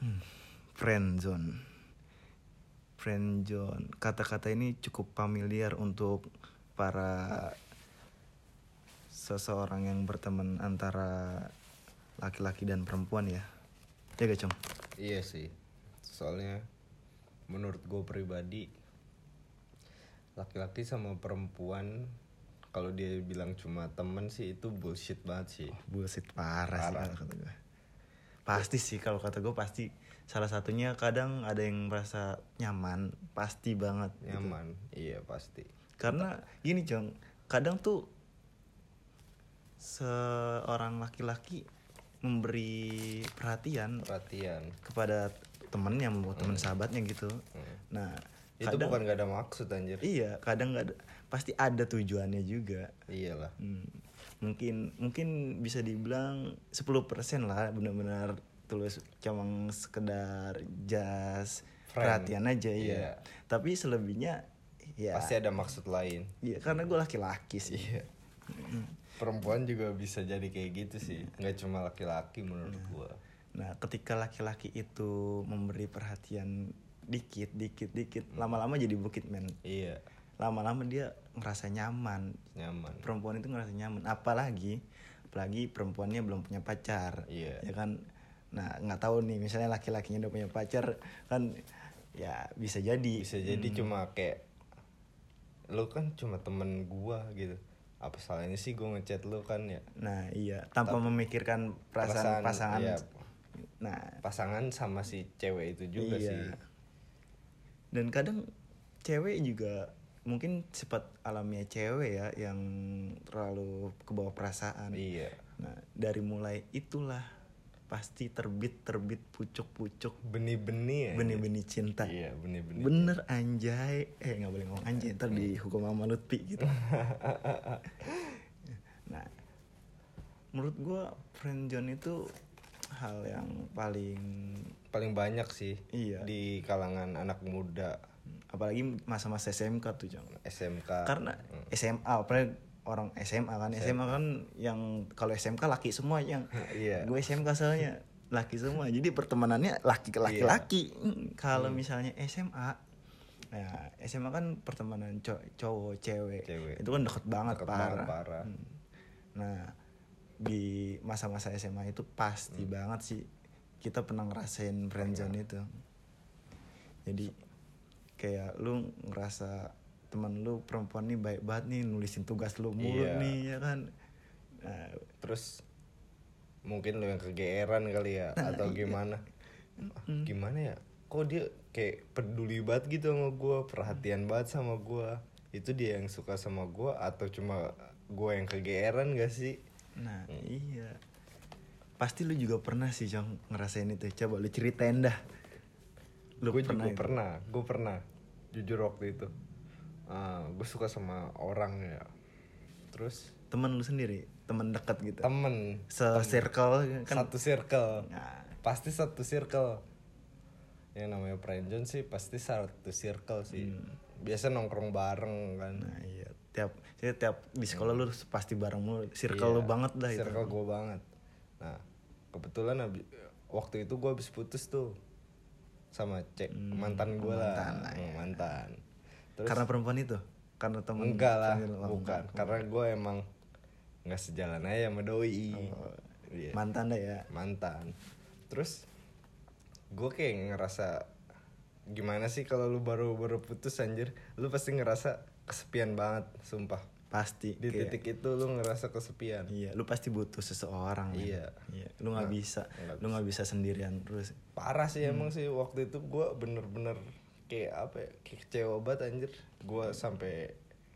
Friendzone. Friendzone. Kata-kata ini cukup familiar untuk para seseorang yang berteman antara laki-laki dan perempuan ya. Ya gak, Cong? Iya sih. Soalnya menurut gue pribadi, laki-laki sama perempuan kalau dia bilang cuma temen sih itu bullshit banget sih. Bullshit parah. Sih kalau kata gue. Pasti sih kalau kata gue pasti salah satunya kadang ada yang merasa nyaman, pasti banget nyaman gitu. Iya pasti. Karena gini, Cong, kadang tuh seorang laki-laki memberi perhatian kepada temennya, teman sahabatnya gitu. Nah, itu kadang, bukan gak ada maksud anjir. Iya, kadang gak ada, pasti ada tujuannya juga. Iyalah. Mungkin bisa dibilang 10% lah benar-benar tulus, cuma sekedar just perhatian aja ya. Tapi selebihnya ya pasti ada maksud lain. Iya, karena gue laki-laki sih. Iya. Perempuan juga bisa jadi kayak gitu sih, nggak cuma laki-laki menurut gue. Nah, ketika laki-laki itu memberi perhatian dikit, lama-lama jadi bukit, men. Iya. Lama-lama dia ngerasa nyaman. Perempuan itu ngerasa nyaman, apalagi perempuannya belum punya pacar. Iya. Ya kan. Nah, nggak tahu nih, misalnya laki-lakinya udah punya pacar kan, ya bisa jadi cuma kayak lu kan cuma temen gua gitu, apa salahnya sih gue ngechat lu kan ya. Nah iya, tanpa memikirkan perasaan pasangan. Iya. Nah, pasangan sama si cewek itu juga sih. Dan kadang cewek juga mungkin sifat alamiah cewek ya yang terlalu kebawa perasaan. Iya. Nah, dari mulai itulah pasti terbit pucuk benih-benih cinta. Iya, benih-benih. Bener anjay. Nggak boleh ngomong anjay, ntar dihukum sama Lutfi gitu. Nah, menurut gue friendzone itu hal yang paling banyak sih. Iya. Di kalangan anak muda, apalagi masa-masa SMK tuh, Jong. SMK. Karena SMA apalagi orang SMA kan. SMA kan yang kalau SMK laki semua yang. Iya. Gue SMK soalnya laki semua. Jadi pertemanannya laki ke laki-laki. Kalau misalnya SMA, nah SMA kan pertemanan cowok cewek. Itu kan deket banget, parah. Nah, di masa-masa SMA itu pasti banget sih kita pernah ngerasain friendzone itu. Jadi kayak lu ngerasa teman lu perempuan nih baik banget nih, nulisin tugas lu mulu nih ya kan. Nah, terus mungkin lu yang kegeeran kali ya, atau gimana. Gimana ya, kok dia kayak peduli banget gitu sama gue, perhatian banget sama gue. Itu dia yang suka sama gue atau cuma gue yang kegeeran gak sih? Nah iya, pasti lu juga pernah sih, Jong, ngerasain itu. Coba lu ceritain dah. Gue juga pernah jujur waktu itu. Gue suka sama orang ya. Terus temen lu sendiri, temen dekat gitu. Temen circle kan. Satu circle. Nah. Pasti satu circle. Yang namanya friendzone sih pasti satu circle sih. Biasa nongkrong bareng kan. Nah iya, tiap di sekolah lu pasti bareng mulu. Circle lu banget dah itu. Circle gue banget. Nah, kebetulan waktu itu gue habis putus tuh sama mantan gue lah. Mantan. Terus, karena perempuan itu? Karena temen? Enggak lah, bukan. Karena gue emang gak sejalan aja sama doi. Mantan dah ya? Mantan. Terus gue kayak ngerasa, gimana sih kalau lu baru putus anjir, lu pasti ngerasa kesepian banget, sumpah. Pasti. Di titik itu lu ngerasa kesepian. Iya, lu pasti butuh seseorang. Iya. Lu nggak bisa. Lu nggak bisa sendirian terus. Parah sih emang sih waktu itu gue bener-bener kayak apa ya, kayak kecewa banget anjir. Gue sampai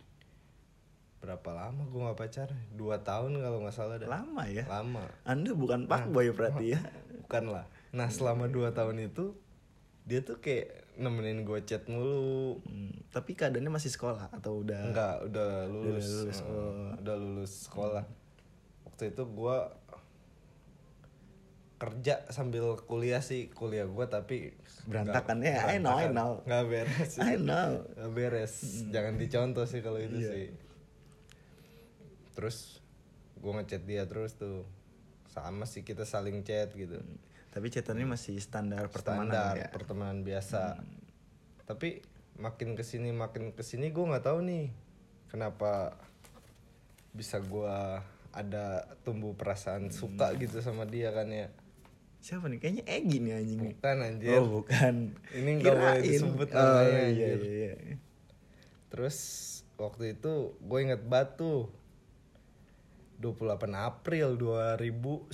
berapa lama gue nggak pacaran? 2 tahun kalau nggak salah dah. Lama ya? Lama. Anda bukan fuckboy berarti ya? Bukan lah. Nah selama 2 tahun itu dia tuh kayak nemenin gue chat mulu. Tapi keadaannya masih sekolah atau udah? Enggak, udah lulus. Udah lulus sekolah. Waktu itu gue kerja sambil kuliah sih, kuliah gue tapi berantakan ya. I know. Nggak beres. I know. Nggak beres. Jangan dicontoh sih kalau itu sih. Terus gue ngechat dia terus tuh, sama sih kita saling chat gitu. Tapi chatannya masih standar pertemanan ya. Pertemanan biasa. Tapi makin kesini gue nggak tahu nih kenapa bisa gue ada tumbuh perasaan suka gitu sama dia kan ya. Siapa nih? Kayaknya Egi nih anjing. Bukan anjir. Oh bukan. Ini nggak boleh disebut namanya anjir. Iya. Terus waktu itu gue inget batu 28 April 2019.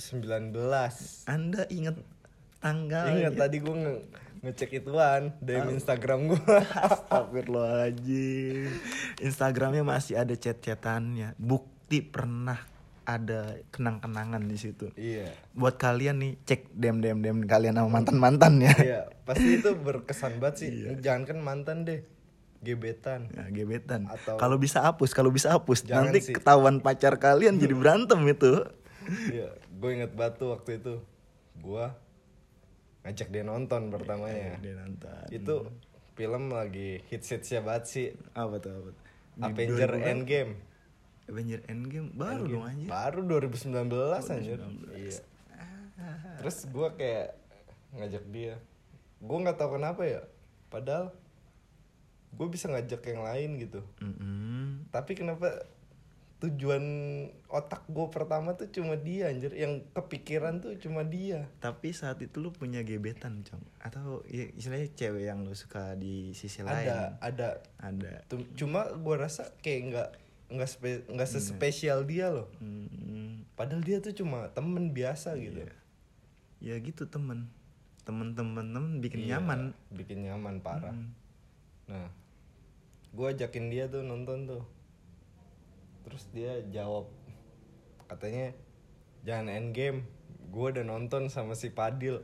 Anda inget tanggal? Ingat tadi gue ngecek ituan DM Instagram gue. Astagfirullahaladzim. Instagramnya masih ada chat-chatannya. Bukti pernah ada kenang-kenangan di situ. Iya. Buat kalian nih cek DM kalian sama mantan ya. Iya, pasti itu berkesan banget sih. Jangan kan mantan deh. Gebetan. Ya, gebetan. Atau kalau bisa hapus. Jangan nanti sih. ketahuan pacar kalian jadi berantem itu. Iya, gue inget batu waktu itu. Gue ngajak dia nonton pertamanya. Dia nonton. Itu film lagi hits-hitsnya banget sih. Apa tuh? Avenger Endgame. Avenger Endgame baru dong anjir. Baru 2019 anjir. Iya. Terus gue kayak ngajak dia. Gue nggak tahu kenapa ya. Padahal gue bisa ngajak yang lain gitu. Tapi kenapa tujuan otak gue pertama tuh cuma dia anjir. Yang kepikiran tuh cuma dia. Tapi saat itu lu punya gebetan, Cong? Atau ya, istilahnya cewek yang lu suka di sisi lain? Ada. Cuma gue rasa kayak nggak sespesial dia loh. Padahal dia tuh cuma temen biasa gitu. Ya gitu temen bikin nyaman. Bikin nyaman parah. Nah, gue ajakin dia tuh nonton tuh. Terus dia jawab, katanya jangan Endgame, gue udah nonton sama si Padil.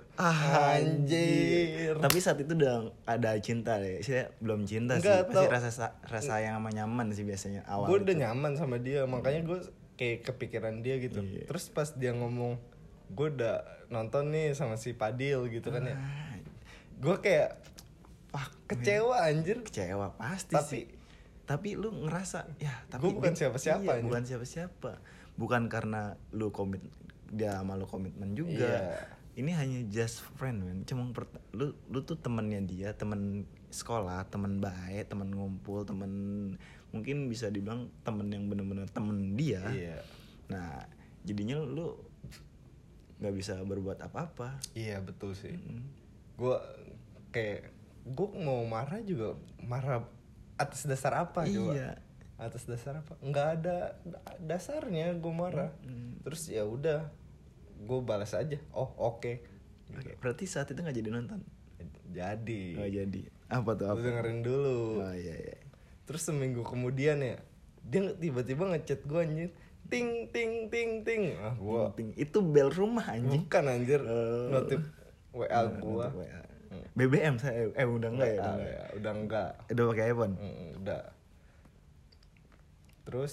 Anjir. Tapi saat itu udah ada cinta deh. Saya belum cinta. Enggak, sih. Pasti rasa yang sama nyaman sih biasanya awal. Gue udah nyaman sama dia, makanya gue kayak kepikiran dia gitu. Terus pas dia ngomong, gue udah nonton nih sama si Padil gitu kan ya. Gue kayak kecewa anjir. Kecewa pasti sih. Tapi lu ngerasa ya, tapi gue bukan siapa-siapa. Bukan siapa-siapa. Bukan karena lu dia sama lu komitmen juga. Ini hanya just friend, man. Cuma lu tuh temennya dia, temen sekolah, temen baik, temen ngumpul, temen mungkin bisa dibilang temen yang bener-bener temen dia. Nah, jadinya lu nggak bisa berbuat apa-apa. Iya betul sih. Gue mau marah juga marah atas dasar apa coba? Atas dasar apa? Nggak ada dasarnya gue marah. Terus ya udah, gue balas aja. Oh oke. Berarti saat itu nggak jadi nonton? Jadi. Oh jadi. Apa tuh? Lu dengerin dulu. Oh iya. Terus seminggu kemudian ya, dia tiba-tiba ngechat gue anjir. Ting. Gua. Itu bel rumah anjing. Bukan anjir. Notif WA gua. BBM saya udah enggak ya? Udah enggak. Udah pakai iPhone? Udah. Terus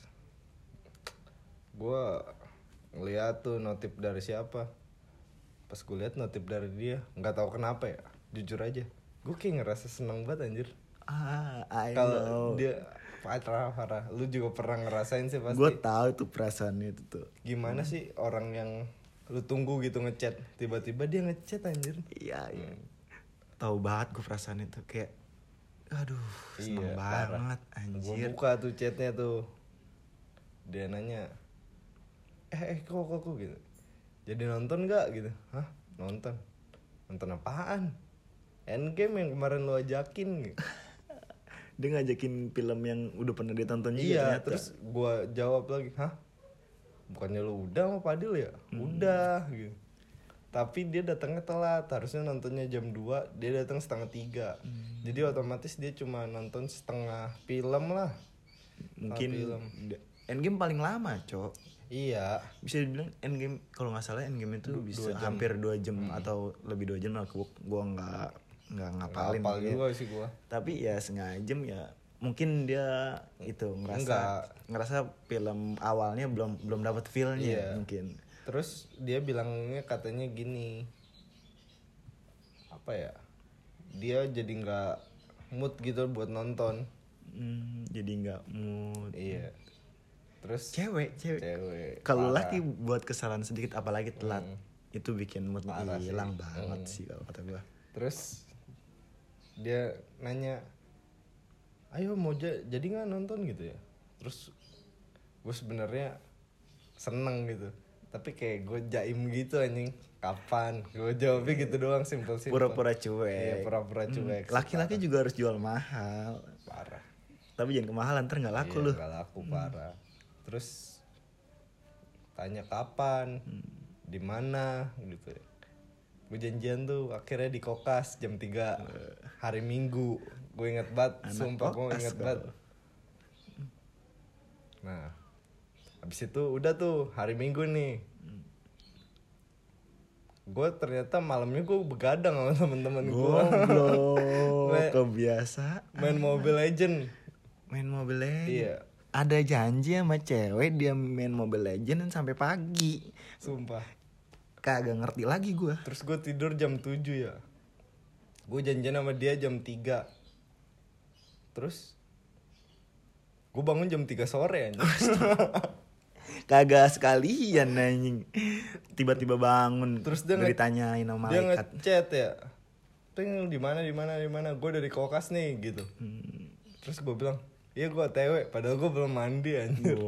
gua ngeliat tuh notif dari siapa. Pas gue liat notif dari dia, nggak tahu kenapa ya. Jujur aja, gue kayak ngerasa seneng banget anjir. Kalau dia parah. Lu juga pernah ngerasain sih pasti. Gue tahu tuh perasaan itu tuh. Gimana sih orang yang lu tunggu gitu ngechat, tiba-tiba dia ngechat anjir. Iya. Tahu banget gue perasaan itu, kayak aduh seneng banget anjir. Gue buka tuh chatnya tuh, dia nanya kok gitu, jadi nonton nggak gitu. Hah, nonton apaan? Endgame yang kemarin lu ajakin gitu. Dia ngajakin film yang udah pernah dia tonton juga. Iya ternyata. Terus gue jawab lagi, hah, bukannya lu udah sama Padil ya? Udah gitu. Tapi dia datangnya telat, harusnya nontonnya jam 2, dia datang setengah 3. Jadi otomatis dia cuma nonton setengah film lah. Mungkin Endgame paling lama, Cok. Iya. Bisa dibilang Endgame, kalau nggak salah Endgame itu bisa hampir 2 jam atau lebih 2 jam lah. Gua nggak ngapalin. Ngapal juga sih gua. Tapi ya setengah jam ya. Mungkin dia itu ngerasa film awalnya belum dapat feel-nya mungkin. Terus dia bilangnya katanya gini, apa ya, dia jadi nggak mood gitu buat nonton. Jadi nggak mood. Iya. Terus cewek kalau laki buat kesalahan sedikit apalagi telat Itu bikin mood hilang banget sih kalau kata gue. Terus dia nanya, ayo mau jadi nggak nonton gitu ya. Terus gue sebenarnya seneng gitu, tapi kayak gue jaim gitu anjing. Kapan? Gue jawabnya gitu doang, simple. Pura-pura cuek. Iya, pura-pura cuek. Laki-laki juga harus jual mahal. Parah. Tapi jangan kemahalan, ntar nggak laku lu. Nggak laku parah. Terus tanya kapan, di mana gitu ya. Gue janjian tuh akhirnya di Kokas jam 3 hari Minggu. Gue inget banget, sumpah gue inget banget. Nah, habis itu udah tuh hari Minggu nih. Gue ternyata malamnya gue begadang sama temen-temen gue. Kebiasa. Main Mobile Legend. Iya. Ada janji sama cewek dia main Mobile Legend sampai pagi. Sumpah. Kagak ngerti lagi gue. Terus gue tidur jam 7 ya. Gue janjian sama dia jam 3. Terus gue bangun jam 3 sore anjing. Kagak sekalian anjing. Tiba-tiba bangun. Terus dia ditanyain sama dia malaikat. Ngechat ya. Ting di mana? Gue dari Kokas nih gitu. Terus gue bilang, "Iya gue OTW." Padahal gue belum mandi anjir.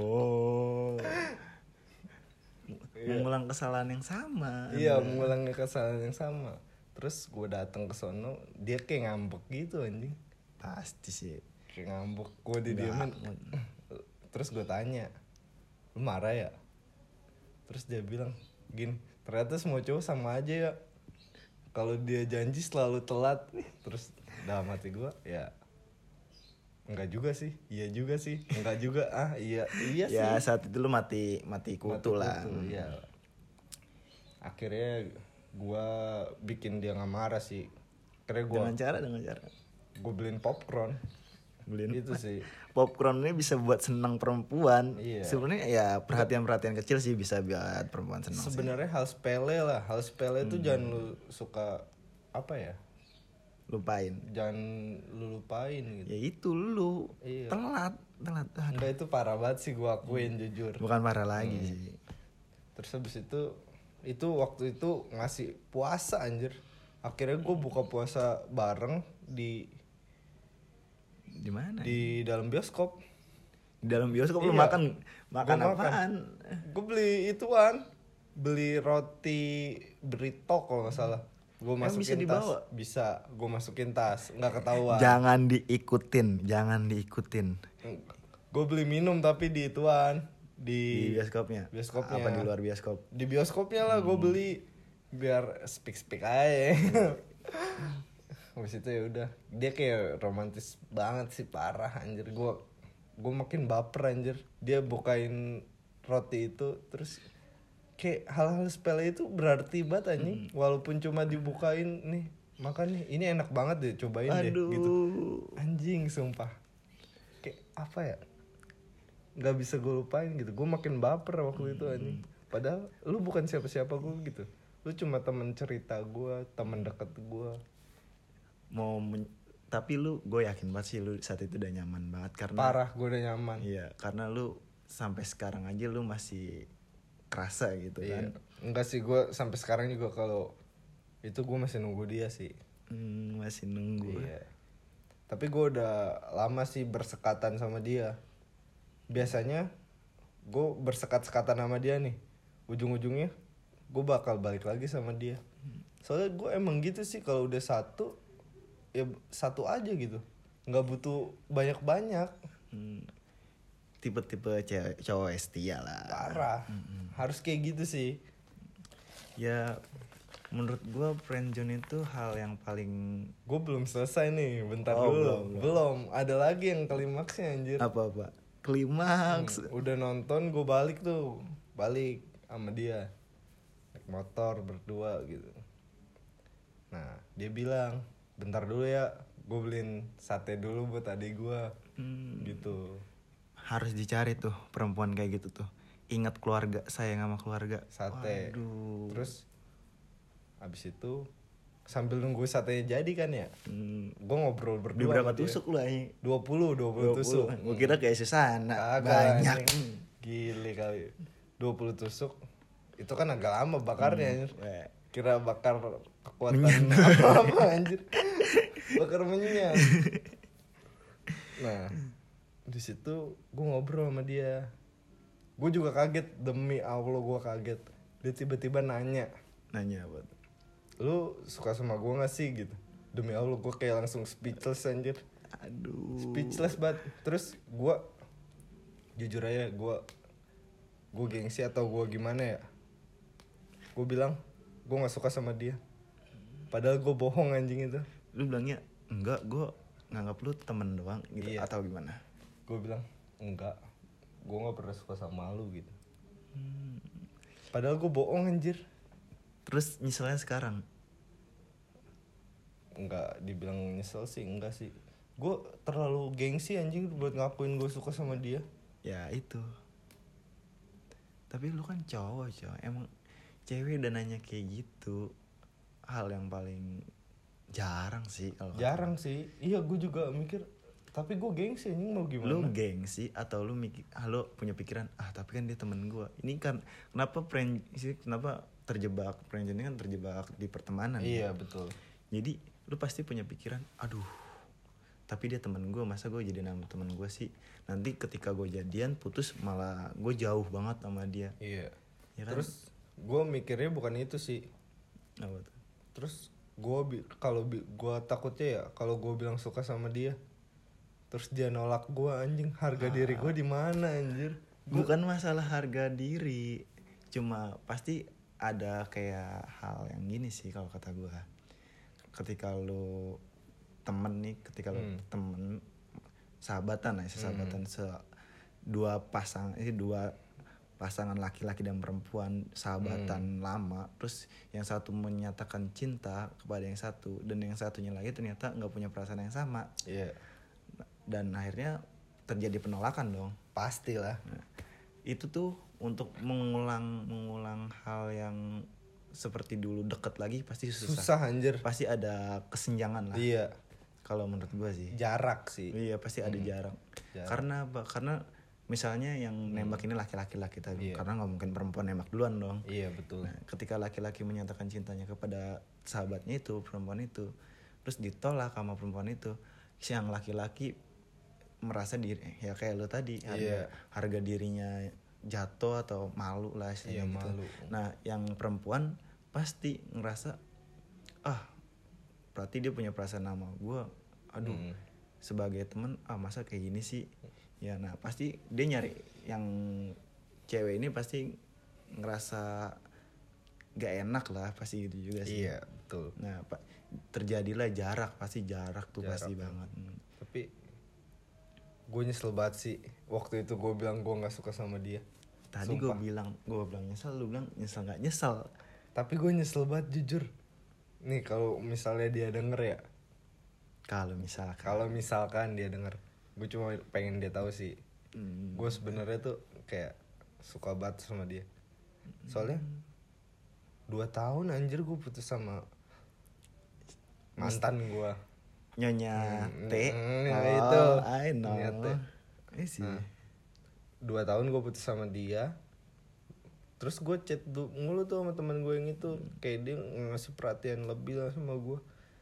Mengulang kesalahan yang sama. Iya, mengulang kesalahan yang sama. Terus gue datang ke sono, dia kayak ngambek gitu anjing. Pasti sih. Kayak ngambek, gue didiemin. Terus gue tanya, "Lu marah ya?" Terus dia bilang gini, "Ternyata semua cowok sama aja ya. Kalau dia janji selalu telat." Terus dalam hati gue, ya enggak juga sih, iya juga sih, enggak juga, iya sih. Ya saat itu lu mati kutu lah. Iya. Akhirnya gue bikin dia nggak marah sih. Dengan cara gue beliin popcorn. Itu sih. Popcorn ini bisa buat senang perempuan. Iya. Sebenarnya ya perhatian kecil sih bisa buat perempuan senang. Sebenarnya hal sepele lah. Hal sepele itu jangan lu suka apa ya? Jangan lu lupain gitu. Ya itu lu telat. Enggak, itu parah banget sih gue akuin jujur. Bukan parah lagi sih. Terus habis itu waktu itu ngasih puasa anjir. Akhirnya gue buka puasa bareng di mana? Di dalam bioskop. Di dalam bioskop lu makan apaan? Gue beli roti burrito kalau nggak salah. Gue masukin tas. Bisa, gue masukin tas, nggak ketahuan. Jangan diikutin. Gue beli minum tapi di bioskopnya. Apa di luar bioskop? Di bioskopnya lah gue beli biar speak aja. Habis itu ya udah, dia kayak romantis banget sih, parah anjir. Gue makin baper anjir. Dia bukain roti itu terus kayak hal-hal sepele itu berarti banget anjing. Walaupun cuma dibukain nih, makan nih, ini enak banget deh, cobain deh gitu. Anjing sumpah. Kayak apa ya? Gak bisa gue lupain gitu. Gue makin baper waktu itu anjing. Padahal lu bukan siapa-siapa gue gitu. Lu cuma temen cerita gue, temen deket gue. Tapi gue yakin banget sih lu saat itu udah nyaman banget karena parah, gue udah nyaman. Iya, karena lu sampai sekarang aja lu masih kerasa gitu kan. Enggak sih, gue sampai sekarang juga kalau itu gue masih nunggu dia sih. Masih nunggu. Iya. Tapi gue udah lama sih bersekatan sama dia. Biasanya gue bersekat-sekatan sama dia nih, ujung-ujungnya gue bakal balik lagi sama dia. Soalnya gue emang gitu sih, kalau udah satu ya satu aja gitu, nggak butuh banyak-banyak. Tipe-tipe cowok setia lah. Parah. Harus kayak gitu sih. Ya menurut gue friendzone itu hal yang paling. Gue belum selesai nih, bentar dulu. Belum. Ada lagi yang klimaksnya anjir. Apa? Klimaks. Udah nonton, gue balik sama dia, naik motor berdua gitu. Nah dia bilang, bentar dulu ya, gue beliin sate dulu buat adik gue. Gitu. Harus dicari tuh perempuan kayak gitu tuh. Ingat keluarga, sayang sama keluarga. Sate. Waduh. Terus abis itu sambil nunggu satenya jadi kan ya, gue ngobrol berdua. Di berapa tusuk lu aja? 20 tusuk. Gue kira kayak Susana. Banyak. Anjing. Gile kali. 20 tusuk. itu kan agak lama bakarnya anjir. Kira bakar kekuatan Menyan. apa anjir. Bakar menyan. Nah, di situ gue ngobrol sama dia. Gue juga kaget, demi Allah gue kaget. Dia tiba-tiba nanya apa tuh? Lu suka sama gue gak sih gitu. Demi Allah gue kayak langsung speechless anjir. Aduh. Speechless banget. Terus gue jujur aja gue gengsi atau gue gimana ya, gue bilang gue gak suka sama dia. Padahal gue bohong anjing itu. Lu bilangnya enggak, gue nganggap lu temen doang gitu. Iya. Atau gimana? Gue bilang enggak, gue gak pernah suka sama lu gitu. Padahal gue bohong anjir. Terus nyeselnya sekarang? Enggak, dibilang nyesel sih enggak sih. Gue terlalu gengsi anjing buat ngakuin gue suka sama dia. Ya itu. Tapi lu kan cowok. Emang cewek udah nanya kayak gitu, hal yang paling jarang sih kalau jarang sih. Iya gue juga mikir, tapi gue gengsi anjing, mau gimana. Lu gengsi atau lu mikir, lu punya pikiran tapi kan dia temen gue. Ini kan kenapa terjebak friendzone ini kan terjebak di pertemanan. Iya kan? betul. Jadi lu pasti punya pikiran, aduh tapi dia temen gue, masa gue jadi nama temen gue sih. Nanti ketika gue jadian putus malah gue jauh banget sama dia. Iya ya kan? Terus gue mikirnya bukan itu sih. Apa tuh? Terus gue takutnya ya kalau gue bilang suka sama dia terus dia nolak gue, anjing harga diri gue di mana anjir. Bukan masalah harga diri, cuma pasti ada kayak hal yang gini sih kalau kata gue. Ketika lu temen nih, ketika lu temen sahabatan dua pasangan laki-laki dan perempuan sahabatan lama, terus yang satu menyatakan cinta kepada yang satu dan yang satunya lagi ternyata nggak punya perasaan yang sama. Iya. Dan akhirnya terjadi penolakan dong. Pastilah. Nah, itu tuh untuk mengulang hal yang seperti dulu deket lagi pasti susah anjir. Pasti ada kesenjangan lah. Iya. Kalau menurut gue sih. Jarak sih. Iya pasti ada jarak. Karena apa? Karena misalnya yang nembak ini laki-laki tadi, karena nggak mungkin perempuan nembak duluan dong. Iya betul. Nah, ketika laki-laki menyatakan cintanya kepada sahabatnya itu, perempuan itu, terus ditolak sama perempuan itu, yang laki-laki merasa diri ya kayak lo tadi, harga dirinya jatuh atau malu lah istilahnya gitu. Malu. Nah yang perempuan pasti ngerasa berarti dia punya perasaan sama gue, aduh sebagai teman masa kayak gini sih ya. Nah pasti dia nyari yang cewek ini pasti ngerasa gak enak lah, pasti gitu juga sih. Iya betul. Nah terjadilah jarak pasti pasti banget. Tapi gue nyesel banget sih waktu itu gue bilang gue nggak suka sama dia. Tadi gue bilang nyesel, lu bilang nyesel nggak nyesel. Tapi gue nyesel banget jujur. Nih kalau misalnya dia denger ya. Kalau misalkan dia denger, gue cuma pengen dia tahu sih. Gue sebenarnya tuh kayak suka banget sama dia. Soalnya 2 tahun anjir gue putus sama mantan gue. Nyonya T. Itu. I know. Sih. 2 tahun gue putus sama dia. Terus gue chat mulu tuh sama teman gue yang itu, kayak dia ngasih perhatian lebih lah sama gue.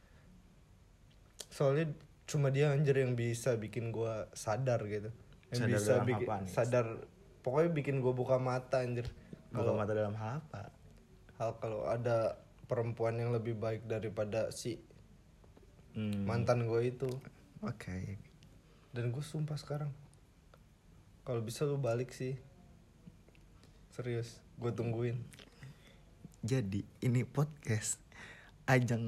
Soalnya cuma dia anjir yang bisa bikin gue sadar gitu. Yang sadar bisa bikin sadar, pokoknya bikin gue buka mata anjir. Buka mata dalam hal apa? Hal kalau ada perempuan yang lebih baik daripada si mantan gue itu. Oke. Dan gue sumpah sekarang, kalau bisa lu balik sih. Serius, gue tungguin. Jadi ini podcast ajang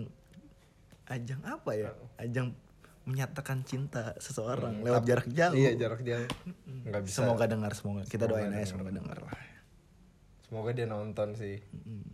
apa ya? Ajang menyatakan cinta seseorang lewat jarak jauh. Iya, jarak jauh. Nggak bisa. Semoga dengar, semoga. Kita doain aja semoga dengar lah. Semoga dia nonton sih.